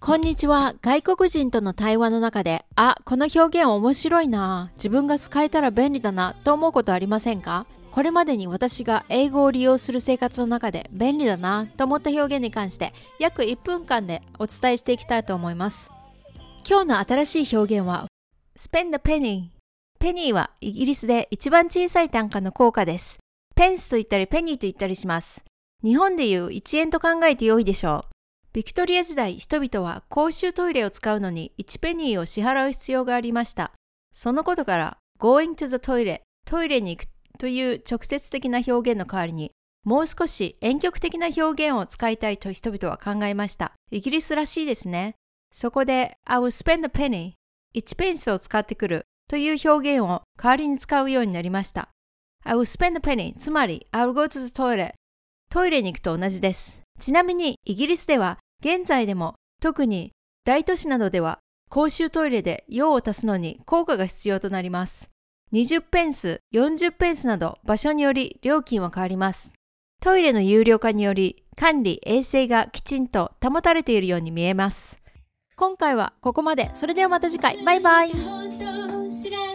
こんにちは。外国人との対話の中で、この表現面白いな、自分が使えたら便利だなと思うことありませんか？これまでに私が英語を利用する生活の中で便利だなと思った表現に関して約1分間でお伝えしていきたいと思います。今日の新しい表現は Spend a penny。 ペニーはイギリスで一番小さい単価の硬貨です。ペンスと言ったりペニーと言ったりします。日本でいう1円と考えて良いでしょう。ビクトリア時代、人々は公衆トイレを使うのに1ペニーを支払う必要がありました。そのことから Going to the toilet、 トイレに行くという直接的な表現の代わりに、もう少し婉曲的な表現を使いたいと人々は考えました。イギリスらしいですね。そこで I will spend a penny、 1ペンスを使ってくるという表現を代わりに使うようになりました。I will spend a penny、 つまり I will go to the toilet、 トイレに行くと同じです。ちなみにイギリスでは現在でも特に大都市などでは公衆トイレで用を足すのに硬貨が必要となります。20ペンス、40ペンスなど場所により料金は変わります。トイレの有料化により管理・衛生がきちんと保たれているように見えます。今回はここまで。それではまた次回。バイバイ。